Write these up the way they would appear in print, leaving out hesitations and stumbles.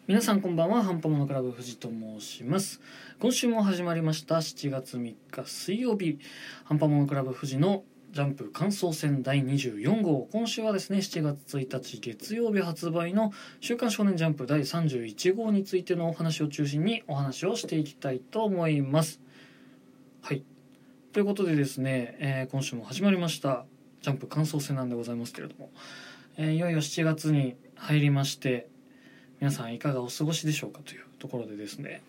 皆さんこんばんは。ハンパモノクラブ藤と申します。今週も始まりました7月3日水曜日、ハンパモノクラブ藤のジャンプ感想戦第24号。今週はですね、7月1日月曜日発売の週刊少年ジャンプ第31号についてのお話を中心にお話をしていきたいと思います。はい、ということでですね、今週も始まりましたジャンプ感想戦なんでございますけれども、いよいよ7月に入りまして、皆さんいかがお過ごしでしょうかというところでですね、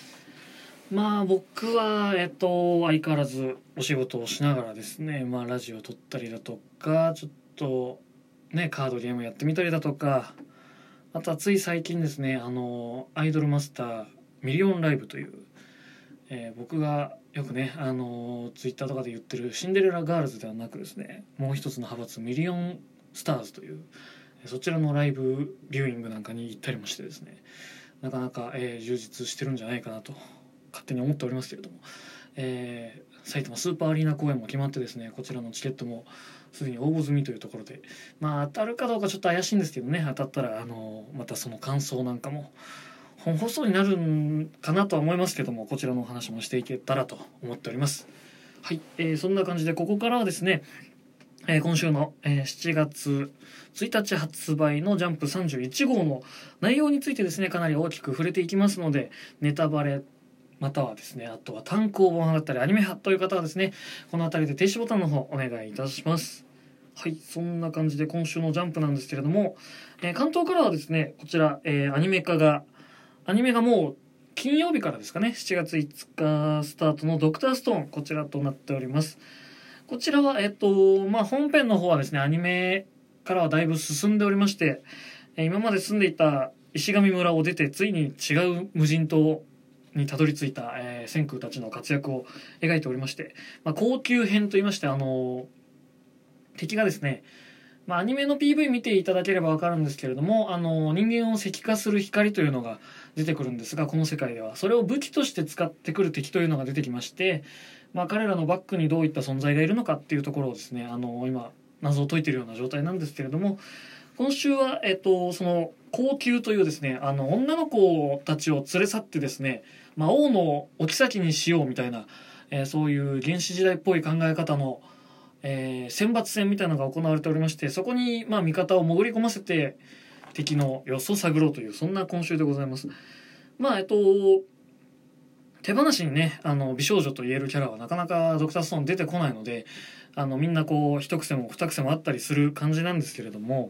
僕は相変わらずお仕事をしながらですね、ラジオを撮ったりだとか、ちょっとねカードゲームやってみたりだとか、あとはつい最近ですね、アイドルマスターミリオンライブという、僕がよくねツイッターとかで言ってるシンデレラガールズではなくですね、もう一つの派閥ミリオンスターズという、そちらのライブビューイングなんかに行ったりもしてですね、なかなか、充実してるんじゃないかなと勝手に思っておりますけれども、埼玉スーパーアリーナ公演も決まってですね、こちらのチケットもすでに応募済みというところで、当たるかどうかちょっと怪しいんですけどね、当たったらまたその感想なんかも本放送になるんかなとは思いますけども、こちらのお話もしていけたらと思っております。はい、そんな感じでここからはですね、今週の、7月1日発売のジャンプ31号の内容についてですね、かなり大きく触れていきますので、ネタバレまたはですね、あとは単行本派だったりアニメ派という方はですね、この辺りで停止ボタンの方お願いいたします。はい、そんな感じで今週のジャンプなんですけれども、関東からはですね、こちら、アニメがもう金曜日からですかね、7月5日スタートのドクターストーン、こちらとなっております。こちらは本編の方はですね、アニメからはだいぶ進んでおりまして、今まで住んでいた石神村を出てついに違う無人島にたどり着いた、千空たちの活躍を描いておりまして、高級編といいまして、敵がですね、アニメの PV 見ていただければ分かるんですけれども、人間を石化する光というのが出てくるんですが、この世界ではそれを武器として使ってくる敵というのが出てきまして、彼らのバックにどういった存在がいるのかっていうところをですね、今謎を解いているような状態なんですけれども、今週は、その高級というですね、女の子たちを連れ去ってですね、王のお妃にしようみたいな、そういう原始時代っぽい考え方の、選抜戦みたいなのが行われておりまして、そこに味方を潜り込ませて敵の様子を探ろうという、そんな今週でございます。手放しにね、美少女と言えるキャラはなかなかドクターストーン出てこないので、みんなこう一癖も二癖もあったりする感じなんですけれども、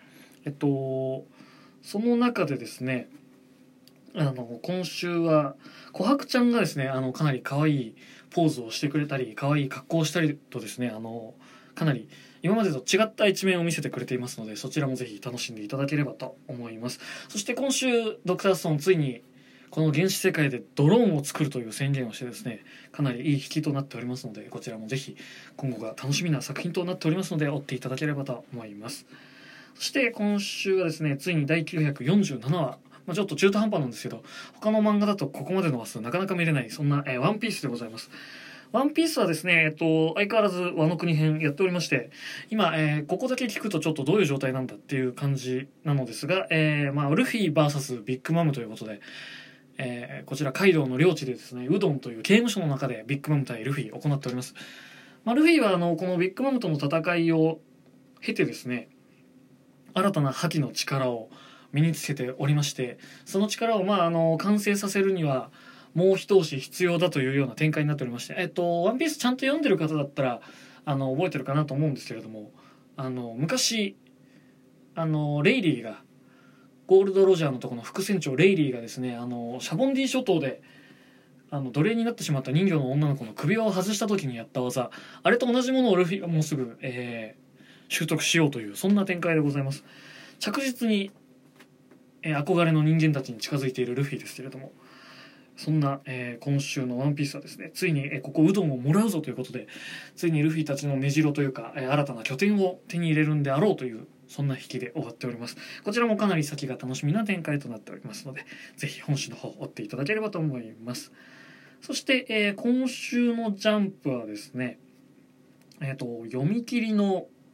その中でですね、今週は琥珀ちゃんがですね、かなり可愛いポーズをしてくれたり、可愛い格好をしたりとですね、かなり今までと違った一面を見せてくれていますので、そちらもぜひ楽しんでいただければと思います。そして今週ドクターストーンついにこの原始世界でドローンを作るという宣言をしてですね、かなりいい引きとなっておりますので、こちらもぜひ今後が楽しみな作品となっておりますので、追っていただければと思います。そして今週はですね、ついに第947話、ちょっと中途半端なんですけど、他の漫画だとここまでの話数なかなか見れない、そんな、ワンピースでございます。ワンピースはですね、相変わらずワノ国編やっておりまして、今、ここだけ聞くとちょっとどういう状態なんだっていう感じなのですが、ルフィ VS ビッグマムということで、こちらカイドウの領地でですね、ウドンという刑務所の中でビッグマム対ルフィを行っております。ルフィはこのビッグマムとの戦いを経てですね、新たな覇気の力を身につけておりまして、その力を完成させるにはもう一押し必要だというような展開になっておりまして、ワンピースちゃんと読んでる方だったら覚えてるかなと思うんですけれども、昔レイリーがゴールドロジャーのところの副船長レイリーがですね、シャボンディ諸島で奴隷になってしまった人魚の女の子の首輪を外した時にやった技、あれと同じものをルフィがもうすぐ、習得しようという、そんな展開でございます。着実に、憧れの人間たちに近づいているルフィですけれども、そんな、今週のワンピースはですね、ついに、ここうどんをもらうぞということで、ついにルフィたちの根城というか、新たな拠点を手に入れるんであろうという、そんな引きで終わっております。こちらもかなり先が楽しみな展開となっておりますので、ぜひ本誌の方を追っていただければと思います。そして、今週のジャンプはですね、読み切りの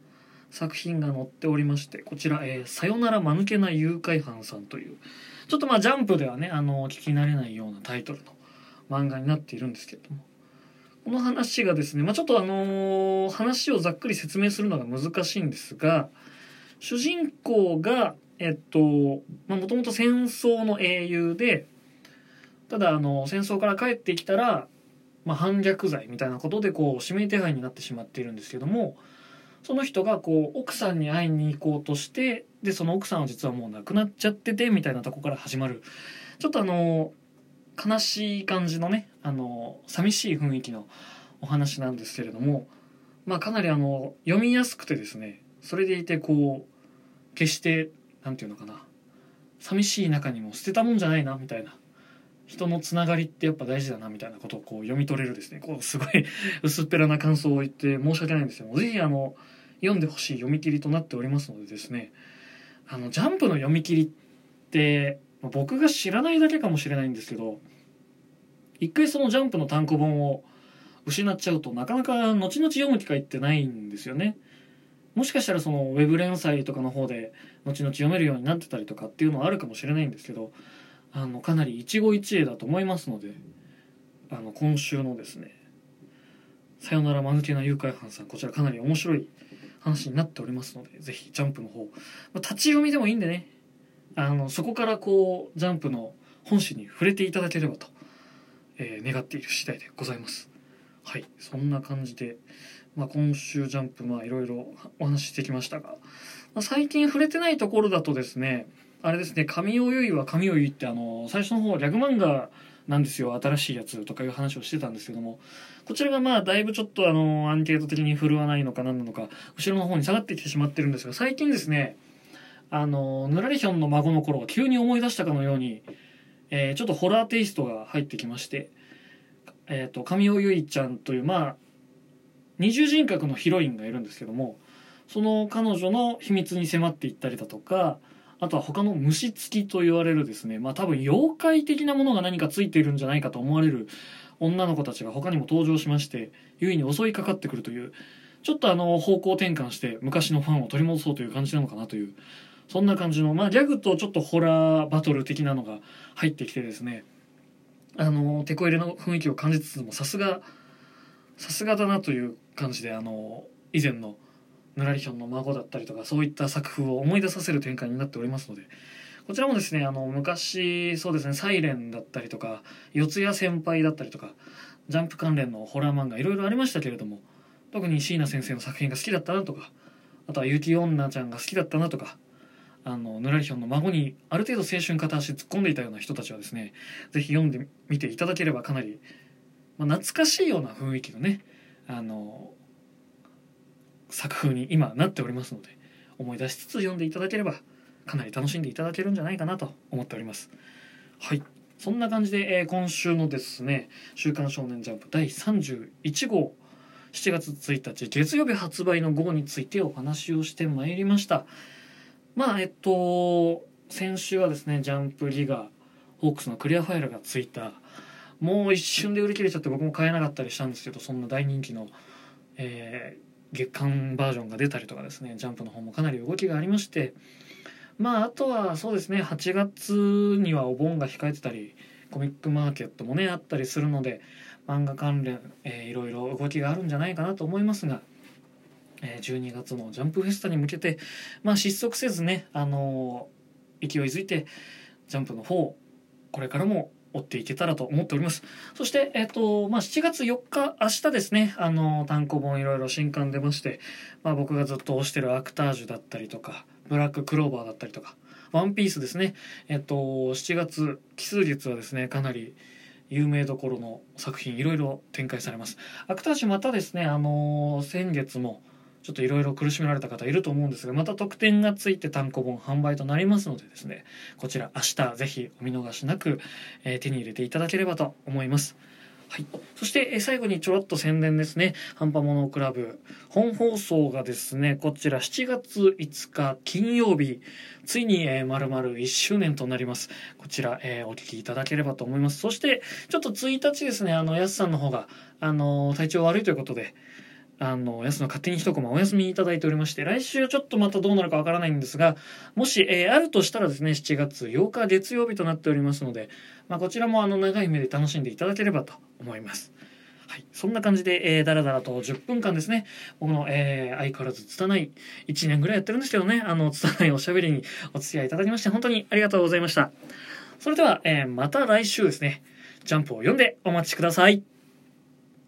作品が載っておりまして、こちら、さよなら間抜けな誘拐犯さんという、ちょっとジャンプではね聞き慣れないようなタイトルの漫画になっているんですけれども、この話がですね、ちょっと話をざっくり説明するのが難しいんですが、主人公がもともと戦争の英雄で、ただ戦争から帰ってきたら、反逆罪みたいなことで指名手配になってしまっているんですけども、その人が奥さんに会いに行こうとして、でその奥さんは実はもう亡くなっちゃっててみたいなとこから始まる、ちょっと悲しい感じのね寂しい雰囲気のお話なんですけれども、かなり読みやすくてですね、それでいて決してなんていうのかな、寂しい中にも捨てたもんじゃないなみたいな、人のつながりってやっぱ大事だなみたいなことを読み取れるですね、すごい薄っぺらな感想を言って申し訳ないんですけど、ぜひ読んでほしい読み切りとなっておりますのでですね、ジャンプの読み切りって僕が知らないだけかもしれないんですけど、一回そのジャンプの単行本を失っちゃうとなかなか後々読む機会ってないんですよね。もしかしたらそのウェブ連載とかの方で後々読めるようになってたりとかっていうのはあるかもしれないんですけど、かなり一期一会だと思いますので、今週のですねさよなら間抜けな誘拐犯さん、こちらかなり面白い話になっておりますので、ぜひジャンプの方、立ち読みでもいいんでね、そこからジャンプの本誌に触れていただければと、願っている次第でございます。はい、そんな感じで、今週ジャンプいろいろお話ししてきましたが、最近触れてないところだとですね、あれですね、神尾結衣は神尾結衣って最初の方ギャグ漫画なんですよ、新しいやつとかいう話をしてたんですけども、こちらがだいぶちょっとアンケート的に振るわないのか何なのか後ろの方に下がってきてしまってるんですが、最近ですねぬらりひょんの孫の頃が急に思い出したかのように、ちょっとホラーテイストが入ってきまして、神尾結衣ちゃんという二重人格のヒロインがいるんですけども、その彼女の秘密に迫っていったりだとか、あとは他の虫付きと言われるですね、多分妖怪的なものが何かついているんじゃないかと思われる女の子たちが他にも登場しまして、優位に襲いかかってくるという、ちょっと方向転換して昔のファンを取り戻そうという感じなのかなという、そんな感じのギャグとちょっとホラーバトル的なのが入ってきてですね、テこ入れの雰囲気を感じつつも、さすがだなという感じで、以前のぬらりひょんの孫だったりとか、そういった作風を思い出させる展開になっておりますので、こちらもですね昔そうですね、サイレンだったりとか四谷先輩だったりとか、ジャンプ関連のホラー漫画いろいろありましたけれども、特に椎名先生の作品が好きだったなとか、あとは雪女ちゃんが好きだったなとか、ぬらりひょんの孫にある程度青春片足突っ込んでいたような人たちはですね、ぜひ読んでみていただければかなり、懐かしいような雰囲気のね作風に今なっておりますので、思い出しつつ読んでいただければかなり楽しんでいただけるんじゃないかなと思っております。はい、そんな感じで、今週のですね週刊少年ジャンプ第31号7月1日月曜日発売の号についてお話をしてまいりました。先週はですねジャンプギガホークスのクリアファイルがついた、もう一瞬で売り切れちゃって僕も買えなかったりしたんですけど、そんな大人気の、月刊バージョンが出たりとかですね、ジャンプの方もかなり動きがありまして、あとはそうですね、8月にはお盆が控えてたりコミックマーケットもねあったりするので、漫画関連、いろいろ動きがあるんじゃないかなと思いますが、12月のジャンプフェスタに向けて、失速せずね、勢いづいてジャンプの方これからも追っていけたらと思っております。そして、7月4日明日ですね、単行本いろいろ新刊出まして、僕がずっと推してるアクタージュだったりとかブラッククローバーだったりとかワンピースですね、7月奇数月はですねかなり有名どころの作品いろいろ展開されます。アクタージュまたですね、先月もちょっといろいろ苦しめられた方いると思うんですが、また特典がついて単行本販売となりますのでですね、こちら明日ぜひお見逃しなく、手に入れていただければと思います。はい、そして、最後にちょろっと宣伝ですね。ハンパモノクラブ本放送がですね、こちら7月5日金曜日ついに、丸々1周年となります。こちら、お聞きいただければと思います。そしてちょっと1日ですね、やすさんの方が体調悪いということで安の勝手に一コマお休みいただいておりまして、来週ちょっとまたどうなるかわからないんですが、もし、あるとしたらですね、7月8日月曜日となっておりますので、こちらも長い目で楽しんでいただければと思います。はい、そんな感じで、だらだらと10分間ですね、僕の、相変わらず拙い1年ぐらいやってるんですけどね、拙いおしゃべりにお付き合いいただきまして本当にありがとうございました。それでは、また来週ですね、ジャンプを読んでお待ちください。